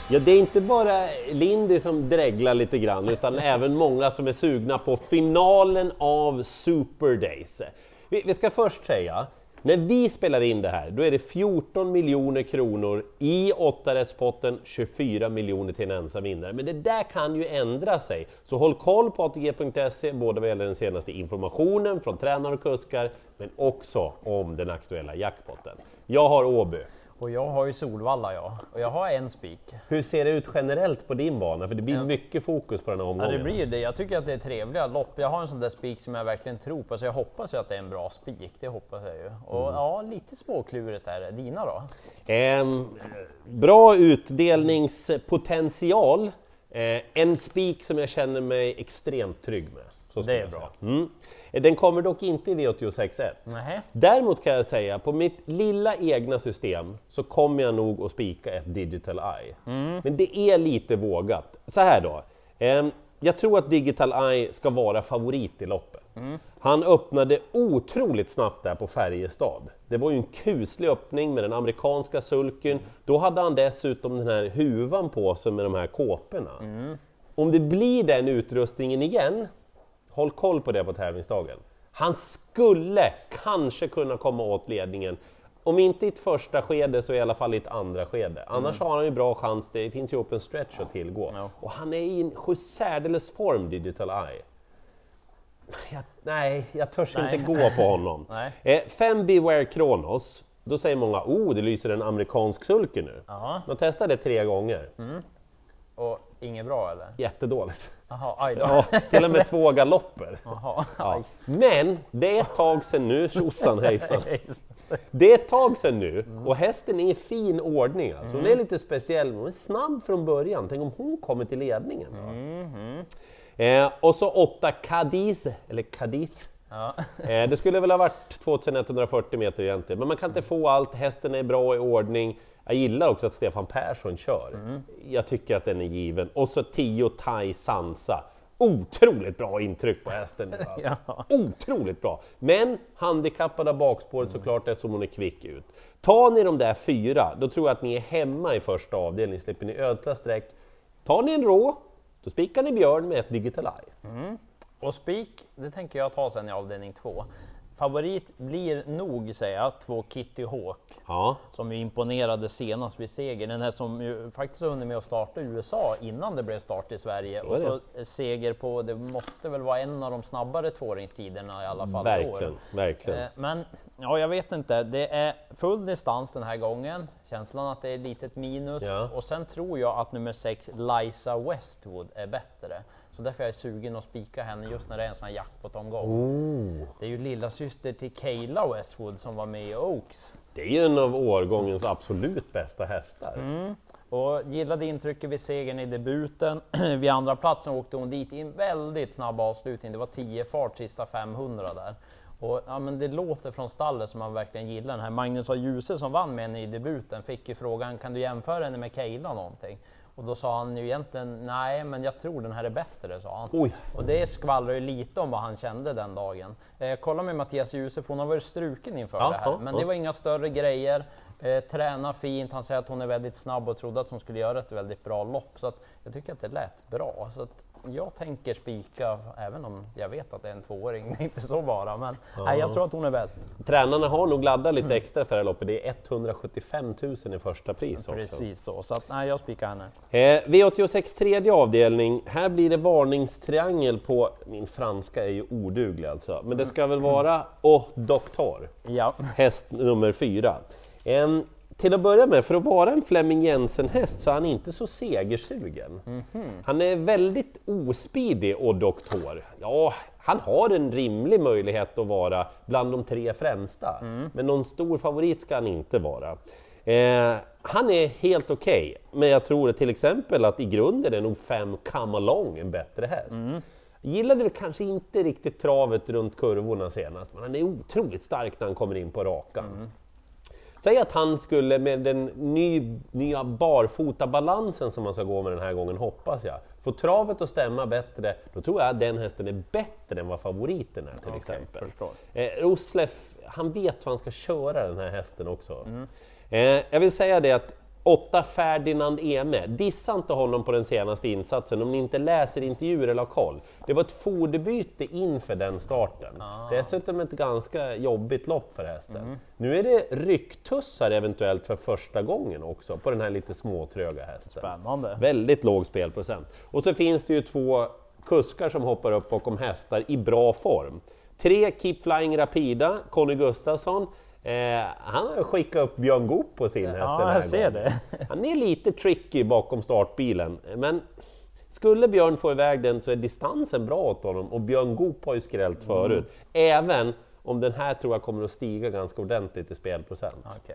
Ja, det är inte bara Lindy som dräglar lite grann, utan även många som är sugna på finalen av Super Days. Vi ska först säga, när vi spelar in det här, då är det 14 miljoner kronor i 8-rättspotten, 24 miljoner till en ensam vinnare. Men det där kan ju ändra sig. Så håll koll på ATG.se, både vad gäller den senaste informationen från tränare och kuskar, men också om den aktuella jackpotten. Jag har Åby. Och jag har ju Solvalla, ja. Och jag har en spik. Hur ser det ut generellt på din bana? För det blir mycket fokus på den här omgången. Ja, det blir det. Jag tycker att det är trevliga lopp. Jag har en sån där spik som jag verkligen tror på, så jag hoppas ju att det är en bra spik. Det hoppas jag ju. Och ja, lite småklurigt är det. Dina då? Bra utdelningspotential. En spik som jag känner mig extremt trygg med. Så det är bra. Den kommer dock inte i V86.1. Nähä. Däremot kan jag säga, på mitt lilla egna system så kommer jag nog att spika ett Digital Eye. Men det är lite vågat. Så här då. Jag tror att Digital Eye ska vara favorit i loppet. Han öppnade otroligt snabbt där på Färjestad. Det var ju en kuslig öppning med den amerikanska sulken. Då hade han dessutom den här huvan på sig med de här kåporna. Om det blir den utrustningen igen, håll koll på det på tävlingsdagen. Han skulle kanske kunna komma åt ledningen. Om inte i ett första skede så i alla fall i ett andra skede. Annars har han ju bra chans, det finns ju open stretch att tillgå. Ja. Och han är i en särdeles form, Digital Eye. Jag törs inte gå på honom. 5 Beware Kronos, då säger många, det lyser en amerikansk sulke nu. Man testade 3 gånger. Och inget bra eller? Jättedåligt. Jaha, aj då. Ja, till och med 2 galopper. Jaha, ja. Men det är ett tag sedan nu, tjosan hejsan. Det är ett tag sedan nu och hästen är i fin ordning. Alltså. Hon är lite speciell, hon är snabb från början. Tänk om hon kommer till ledningen. Och så 8 Cadiz, eller Cadiz. Ja. Det skulle väl ha varit 2140 meter egentligen, men man kan inte få allt, hästen är bra i ordning. Jag gillar också att Stefan Persson kör. Jag tycker att den är given. Och så 10 Tai Sansa. Otroligt bra intryck på hästen nu alltså. Ja. Otroligt bra. Men handikappade bakspåret såklart eftersom hon är kvick ut. Tar ni de där 4, då tror jag att ni är hemma i första avdelningen. Slipper ni ödsla streck. Tar ni en rå, då spikar ni Björn med ett Digital Eye. Och spik, det tänker jag ta sen i avdelning 2. Favorit blir nog, säger jag, 2 Kitty Hawk. Ja. Som ju imponerade senast vid seger. Den här som ju faktiskt hunnit med att starta i USA innan det blev start i Sverige. Och så seger på, det måste väl vara en av de snabbare tvååringstiderna i alla fall. Verkligen. Men ja, jag vet inte. Det är full distans den här gången. Känslan att det är ett litet minus. Ja. Och sen tror jag att nummer 6, Liza Westwood, är bättre. Så därför är jag sugen att spika henne just när det är en sån här jackpot-omgång. Det är ju lilla syster till Kayla Westwood som var med i Oaks. Det är ju en av årgångens absolut bästa hästar. Och gillade intrycket vid segern i debuten. Vid andra platsen åkte hon dit i en väldigt snabb avslutning. Det var 10 fart sista 500 där. Och ja, men det låter från stallet som man verkligen gillar den här. Magnus A. Djuse som vann med henne i debuten fick ju frågan, kan du jämföra henne med Kayla någonting? Och då sa han ju egentligen, nej men jag tror den här är bättre, sa han. Oj. Och det skvallrar ju lite om vad han kände den dagen. Kolla med Mattias Djuse, hon har varit struken inför det här. Men det var inga större grejer. Träna fint, han säger att hon är väldigt snabb och trodde att hon skulle göra ett väldigt bra lopp. Så att jag tycker att det lät bra. Så att jag tänker spika, även om jag vet att det är en 2-åring, det är inte så bara. Men nej, jag tror att hon är bäst. Tränarna har nog laddat lite extra för det här loppet. Det är 175 000 i första pris också. Precis så att nej, jag spikar henne. V86 tredje avdelning. Här blir det varningstriangel på, min franska är ju oduglig alltså. Men det ska väl vara Doktor. Ja. Häst nummer 4. Till att börja med, för att vara en Flemming Jensen-häst så är han inte så segersugen. Han är väldigt ospidig och Doktor. Ja, han har en rimlig möjlighet att vara bland de 3 främsta. Men någon stor favorit ska han inte vara. Han är helt okej, men jag tror till exempel att i grunden är nog 5 Come Along en bättre häst. Gillade väl kanske inte riktigt travet runt kurvorna senast, men han är otroligt stark när han kommer in på rakan. Säg att han skulle med den nya barfota-balansen som man ska gå med den här gången, hoppas jag, få travet att stämma bättre, då tror jag att den hästen är bättre än vad favoriten är till exempel. Rosleff, han vet hur han ska köra den här hästen också. Jag vill säga det att 8 Ferdinand Eme. Dissa inte honom på den senaste insatsen om ni inte läser intervjuer eller har koll. Det var ett foderbyte inför den starten. Dessutom ett ganska jobbigt lopp för hästen. Nu är det rycktussar eventuellt för första gången också på den här lite småtröga hästen. Spännande. Väldigt låg spelprocent. Och så finns det ju 2 kuskar som hoppar upp bakom hästar i bra form. 3 Keep Flying Rapida, Conny Gustafsson. Han har skickat upp Björn Goop på sin häst den här jag ser gången. det. Han är lite tricky bakom startbilen, men skulle Björn få iväg den så är distansen bra åt honom och Björn Goop har ju skrällt förut. Även om den här tror jag kommer att stiga ganska ordentligt i spelprocent. Okay.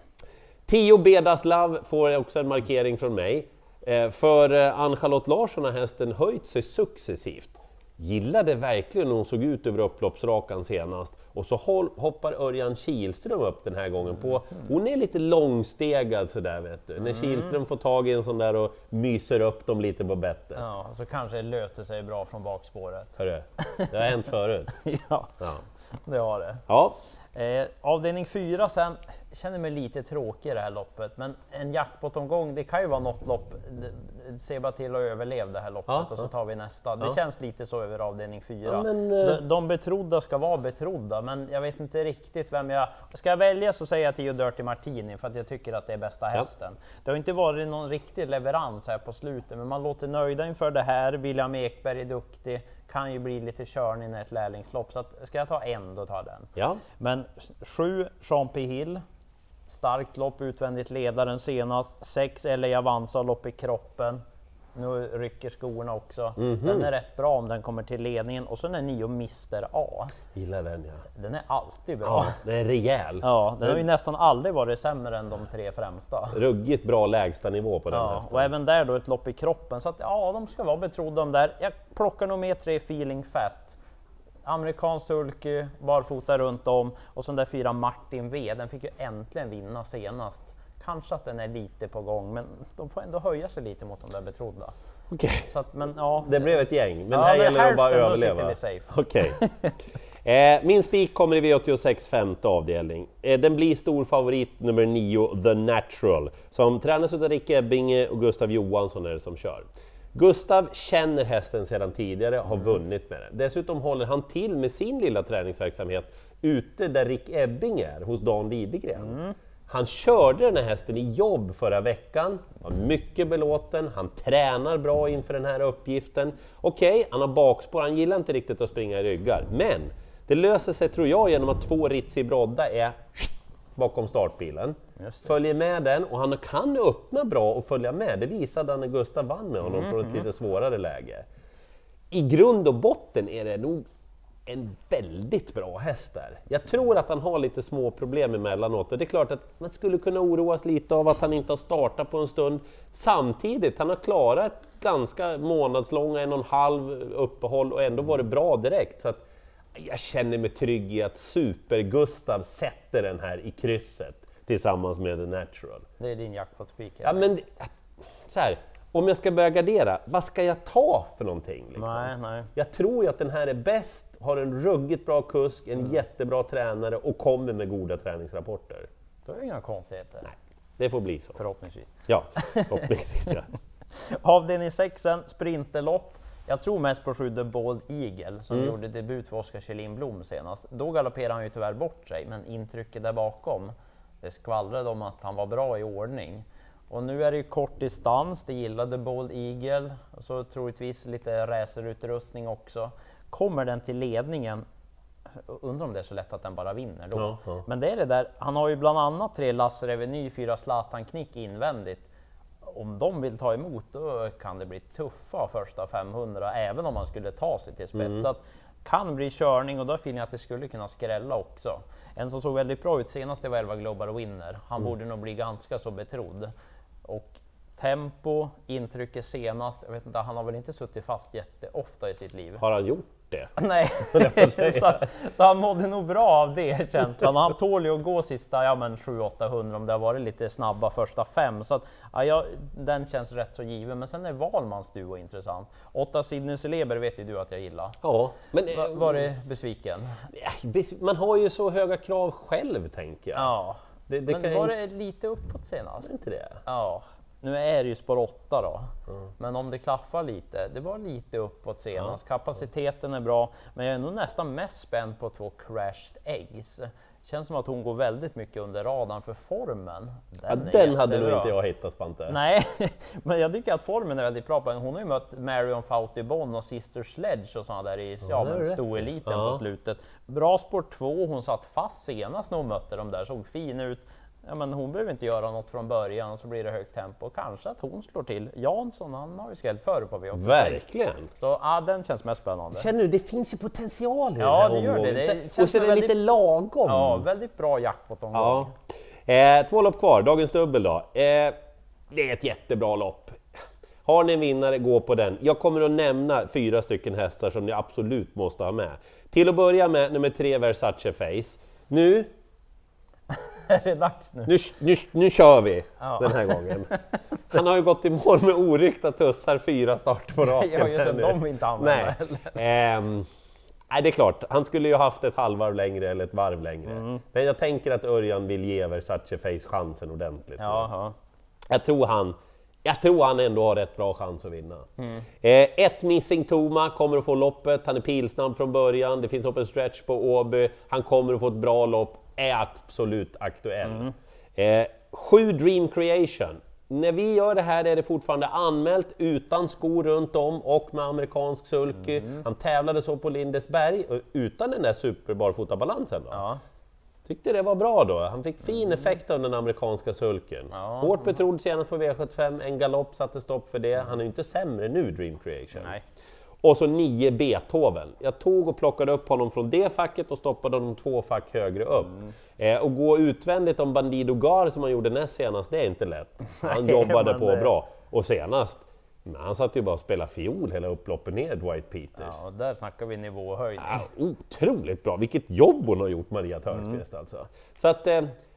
10 Bedas Love får också en markering från mig. För Ann-Charlotte Larsson har hästen höjt sig successivt. Gillade verkligen när hon såg ut över upploppsrakan senast. Och så hoppar Örjan Kihlström upp den här gången på. Hon är lite långstegad sådär vet du. När Kihlström får tag i en sån där och myser upp dem lite på bettet. Ja, så kanske det löste sig bra från bakspåret. Hörru, det har hänt förut. Ja, det har det. Ja. Avdelning 4 sen, känner mig lite tråkig i det här loppet, men en jackpot-omgång, det kan ju vara något lopp, se bara till att överleva det här loppet och så tar vi nästa. Det känns lite så över avdelning 4. Ja, men, de betrodda ska vara betrodda, men jag vet inte riktigt vem jag... Ska jag välja så säger jag till Dirty Martini för att jag tycker att det är bästa hästen. Det har inte varit någon riktig leverans här på slutet, men man låter nöjda inför det här. William Ekberg är duktig. Kan ju bli lite körning i ett lärlingslopp, så att, ska jag ta en, då tar jag den. Ja. Men 7 Jean P. Hill, starkt lopp, utvändigt ledaren senast. 6 LA Avanza, lopp i kroppen. Nu rycker skorna också. Den är rätt bra om den kommer till ledningen. Och så är 9 Mr. A. Gillar den Den är alltid bra. Ja, den är rejäl. Ja, den har ju nästan aldrig varit sämre än de 3 främsta. Ruggigt bra lägsta nivå på den hästen. Och även där då ett lopp i kroppen. Så att de ska vara betrodda om där. Jag plockar nog med 3 Feeling Fat. Amerikansk sulky, barfota runt om. Och så den där 4 Martin V. Den fick ju äntligen vinna senast. Kanske att den är lite på gång, men de får ändå höja sig lite mot de där betrodda. Okej. Så att, men, ja, Det blev ett gäng, men här gäller det att bara överleva. Okej. Min spik kommer i V86 femte avdelning. Den blir stor favorit nummer 9, The Natural, som tränas av Rick Ebbinge och Gustav Johansson är det som kör. Gustav känner hästen sedan tidigare, har vunnit med den. Dessutom håller han till med sin lilla träningsverksamhet ute där Rick Ebbing är, hos Dan Widegren. Han körde den här hästen i jobb förra veckan, var mycket belåten, han tränar bra inför den här uppgiften. Okej, han har bakspår, han gillar inte riktigt att springa i ryggar, men det löser sig tror jag genom att 2 Ritzi Brodda är bakom startbilen. Följer med den och han kan öppna bra och följa med, det visade han när Gustav vann med honom från ett lite svårare läge. I grund och botten är det nog en väldigt bra häst där. Jag tror att han har lite små problem emellanåt och det är klart att man skulle kunna oroas lite av att han inte har startat på en stund. Samtidigt, han har klarat ganska månadslånga 1,5 uppehåll och ändå varit bra direkt. Så att jag känner mig trygg i att Super-Gustav sätter den här i krysset tillsammans med The Natural. Det är din jackpot-spik. Ja, men så här. Om jag ska börja gardera, vad ska jag ta för någonting? Liksom? Nej. Jag tror ju att den här är bäst, har en ruggigt bra kusk, en jättebra tränare och kommer med goda träningsrapporter. Då är det inga konstigheter. Nej, det får bli så. Förhoppningsvis. Ja, förhoppningsvis ja. Avdelning 6, sprinterlopp. Jag tror mest på 7 The Bold Eagle som gjorde debut för Oskar Kjellin Blom senast. Då galopperade han ju tyvärr bort sig, men intrycket där bakom, det skvallrade om att han var bra i ordning. Och nu är det ju kort distans, det gillade Bold Eagle, och så troligtvis lite racerutrustning också. Kommer den till ledningen, undrar om det är så lätt att den bara vinner då. Ja. Men det är det där, han har ju bland annat 3 Lasse Reveny, 4 Zlatan Knick invändigt. Om de vill ta emot då kan det bli tuffa första 500, även om man skulle ta sig till spets. Så att, kan bli körning och då finner jag att det skulle kunna skrälla också. En som såg väldigt bra ut senast, det var 11 Global Winner. Han borde nog bli ganska så betrodd. Och tempo, intrycket senast, jag vet inte, han har väl inte suttit fast jätteofta i sitt liv. Har han gjort det? Nej, så han mådde nog bra av det känslan. Han tål ju att gå sista 700-800 om det har varit lite snabba första 5. Så att, den känns rätt så given. Men sen är Wahlmans duo intressant. 8 Sidney Celeber vet ju du att jag gillar. Ja, men var det besviken? man har ju så höga krav själv, tänker jag. Ja. Men var det lite uppåt senast? Inte det? Ja, nu är det ju spår 8 då. Men om det klaffar lite, det var lite uppåt senast. Kapaciteten är bra, men jag är nog nästan mest spänd på 2 Crashed Eggs. Känns som att hon går väldigt mycket under radarn för formen. Den hade nog inte jag hittat, Spante. Nej, men jag tycker att formen är väldigt bra på den. Hon har ju mött Marion Fautibon och Sister Sledge och sådana där i stoeliten på slutet. Bra sport 2, hon satt fast senast när hon mötte dem där, såg fin ut. Ja, men hon behöver inte göra något från början och så blir det högt tempo. Kanske att hon slår till. Jansson, han har ju skällt före på V86. Verkligen! Så den känns mest spännande. Känner du, det finns ju potential i ja, den här det omgången. Gör det. Och så är det lite lagom. Ja, väldigt bra jackpot-omgång. Ja. 2 lopp kvar, dagens dubbel då. Det är ett jättebra lopp. Har ni en vinnare, gå på den. Jag kommer att nämna 4 stycken hästar som ni absolut måste ha med. Till att börja med nummer 3, Versace Face. Nu är det dags nu? Nu kör vi den här gången. Han har ju gått i mål med oryckta tussar 4 starter på raken. Ja, just det, de inte använder. Nej, det är klart. Han skulle ju haft ett halvvarv längre eller ett varv längre. Men jag tänker att Örjan vill ge Versace Face chansen ordentligt. Jaha. Jag tror han ändå har rätt bra chans att vinna. Ett Missing Toma kommer att få loppet. Han är pilsnabb från början. Det finns open stretch på Åby. Han kommer att få ett bra lopp. Är absolut aktuell. 7 Dream Creation. När vi gör det här är det fortfarande anmält utan skor runt om och med amerikansk sulky. Han tävlade så på Lindesberg utan den där superbarfotabalansen då. Ja. Tyckte det var bra då. Han fick fin effekt av den amerikanska sulken. Hårt betrodd senast på V75, en galopp satte stopp för det. Han är ju inte sämre nu, Dream Creation. Nej. Och så 9 Beethoven. Jag tog och plockade upp honom från det facket och stoppade honom 2 fack högre upp. Och gå utvändigt om Bandido Gar som han gjorde näst senast, det är inte lätt. Han jobbade på bra. Och senast, men han satt ju bara och spelade fiol hela upploppet ner, Dwight Peters. Ja, där snackar vi nivå och höjd. Ja, otroligt bra, vilket jobb hon har gjort, Maria Törnqvist alltså. Så att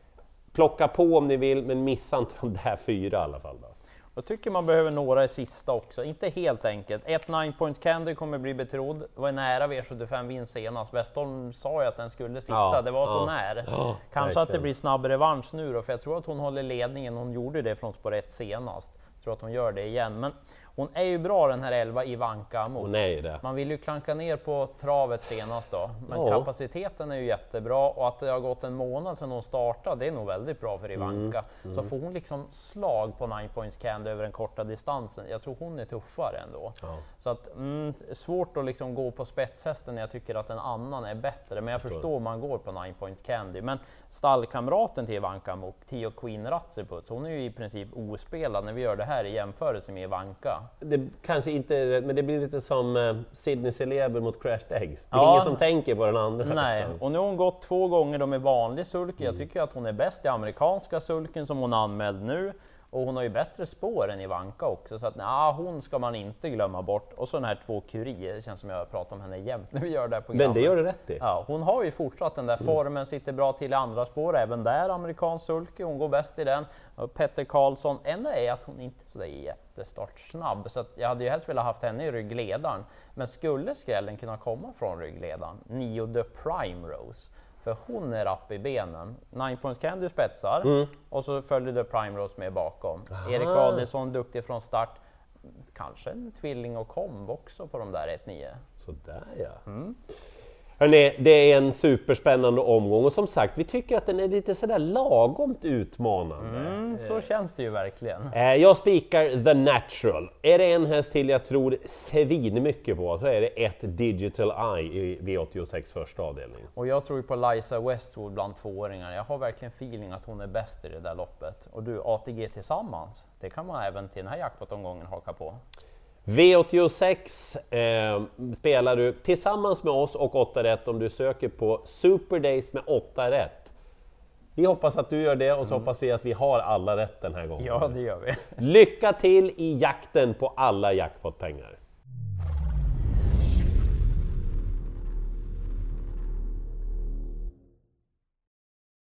plocka på om ni vill, men missa inte de där 4 i alla fall då. Jag tycker man behöver några i sista också, inte helt enkelt. 1 9 Points Candy kommer bli betrodd. Det var nära V75 vinst senast. Westholm sa ju att den skulle sitta, det var så nära. Kanske att det blir snabb revansch nu då, för jag tror att hon håller ledningen. Hon gjorde det från spår 1 senast. Jag tror att hon gör det igen. Men hon är ju bra den här 11 Ivanka Amok. Hon är ju det. Man vill ju klanka ner på travet senast då. Men kapaciteten är ju jättebra och att det har gått en månad sedan hon startade, det är nog väldigt bra för Ivanka. Så får hon liksom slag på 9 Points Candy över den korta distansen. Jag tror hon är tuffare ändå. Så att svårt att liksom gå på spetshästen när jag tycker att en annan är bättre. Men jag förstår om man går på 9 Points Candy. Men stallkamraten till Ivanka Amok, Tio Queen Ratsiput, hon är ju i princip ospelad när vi gör det här i jämförelse med Ivanka. Det kanske inte, men det blir lite som Sydney Celeber mot Crashed Eggs. Det är ingen som tänker på den andra. Nej, och nu har hon gått 2 gånger då med vanlig sulky. Jag tycker att hon är bäst i amerikanska sulken som hon anmäld nu. Och hon har ju bättre spår än Ivanka också, så att hon ska man inte glömma bort. Och så den här 2 Curie, det känns som jag pratar om henne jämt när vi gör det här programmet. Men det gör du rätt i. Ja, hon har ju fortsatt den där formen, sitter bra till i andra spår, även där amerikansk sulky, hon går bäst i den. Och Petter Karlsson, enda är att hon inte är så där jättestartsnabb, så att jag hade ju helst velat haft henne i ryggledaren. Men skulle skrällen kunna komma från ryggledaren, 9 The Prime Rose. För hon är rapp i benen. 9 Points Candy spetsar och så följer The Prime Rose med bakom. Erik Adelsson duktig från start. Kanske en tvilling och komb också på de där 1-9. Sådär ja. Hörrni, det är en superspännande omgång och som sagt, vi tycker att den är lite sådär lagomt utmanande. Så känns det ju verkligen. Jag spikar The Natural. Är det en häst till jag tror svin mycket på så är det 1 Digital Eye i V86 första avdelningen. Och jag tror ju på Liza Westwood bland 2-åringar. Jag har verkligen feeling att hon är bäst i det där loppet. Och du, ATG tillsammans, det kan man även till den här jackpot-omgången haka på. V86 spelar du tillsammans med oss och 8 rätt om du söker på Super Days med 8 rätt. Vi hoppas att du gör det och så hoppas vi att vi har alla rätt den här gången. Ja, det gör vi. Lycka till i jakten på alla jackpotpengar!